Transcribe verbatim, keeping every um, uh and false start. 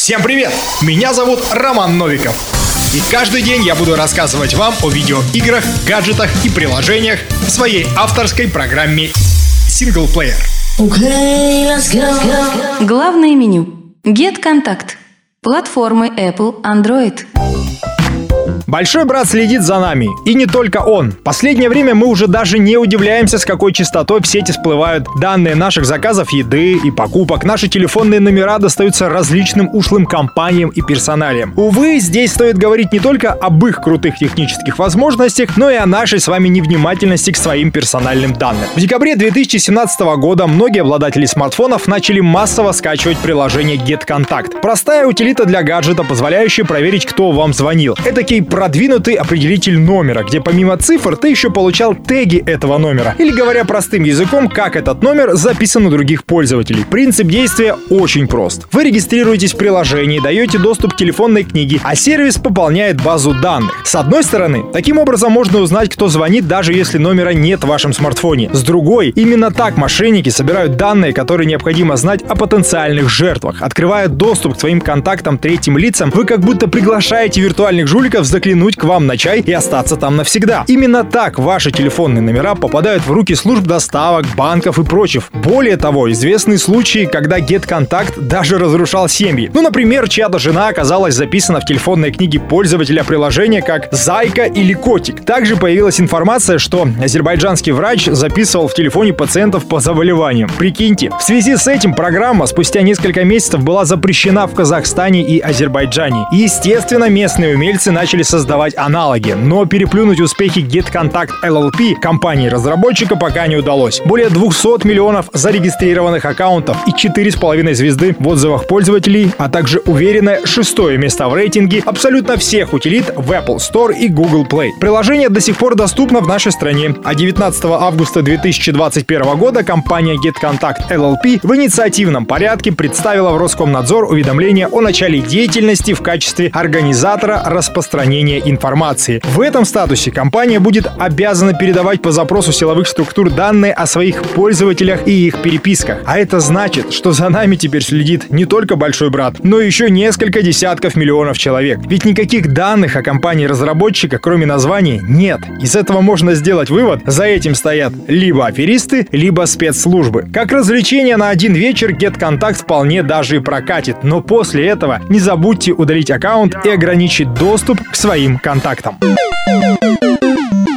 Всем привет! Меня зовут Роман Новиков. И каждый день я буду рассказывать вам о видеоиграх, гаджетах и приложениях в своей авторской программе «Синглплеер». Okay, let's go. Главное меню. GetContact. Платформы Apple, Android. Большой брат следит за нами. И не только он. Последнее время мы уже даже не удивляемся, с какой частотой в сети всплывают данные наших заказов еды и покупок. Наши телефонные номера достаются различным ушлым компаниям и персоналиям. Увы, здесь стоит говорить не только об их крутых технических возможностях, но и о нашей с вами невнимательности к своим персональным данным. В декабре две тысячи семнадцатого года многие обладатели смартфонов начали массово скачивать приложение GetContact. Простая утилита для гаджета, позволяющая проверить, кто вам звонил. Этакий продвинутый определитель номера, где помимо цифр ты еще получал теги этого номера. Или, говоря простым языком, как этот номер записан у других пользователей. Принцип действия очень прост. Вы регистрируетесь в приложении, даете доступ к телефонной книге, а сервис пополняет базу данных. С одной стороны, таким образом можно узнать, кто звонит, даже если номера нет в вашем смартфоне. С другой, именно так мошенники собирают данные, которые необходимо знать о потенциальных жертвах. Открывая доступ к своим контактам третьим лицам, вы как будто приглашаете виртуальных жуликов заклинуть к вам на чай и остаться там навсегда. Именно так ваши телефонные номера попадают в руки служб доставок, банков и прочих. Более того, известны случаи, когда GetContact даже разрушал семьи. Ну, например, чья-то жена оказалась записана в телефонной книге пользователя приложения как «Зайка» или «Котик». Также появилась информация, что азербайджанский врач записывал в телефоне пациентов по заболеваниям. Прикиньте. В связи с этим программа спустя несколько месяцев была запрещена в Казахстане и Азербайджане. Естественно, местные умельцы начали создавать аналоги, но переплюнуть успехи GetContact эл эл пи компании-разработчика пока не удалось. Более двухсот миллионов зарегистрированных аккаунтов и четыре с половиной звезды в отзывах пользователей, а также уверенное шестое место в рейтинге абсолютно всех утилит в Apple Store и Google Play. Приложение до сих пор доступно в нашей стране, а девятнадцатого августа две тысячи двадцать первого года компания GetContact эл эл пи в инициативном порядке представила в Роскомнадзор уведомление о начале деятельности в качестве организатора распространения информации. В этом статусе компания будет обязана передавать по запросу силовых структур данные о своих пользователях и их переписках. А это значит, что за нами теперь следит не только большой брат, но еще несколько десятков миллионов человек. Ведь никаких данных о компании-разработчика, кроме названия, нет. Из этого можно сделать вывод: за этим стоят либо аферисты, либо спецслужбы. Как развлечение на один вечер GetContact вполне даже и прокатит, но после этого не забудьте удалить аккаунт и ограничить доступ к своим контактам.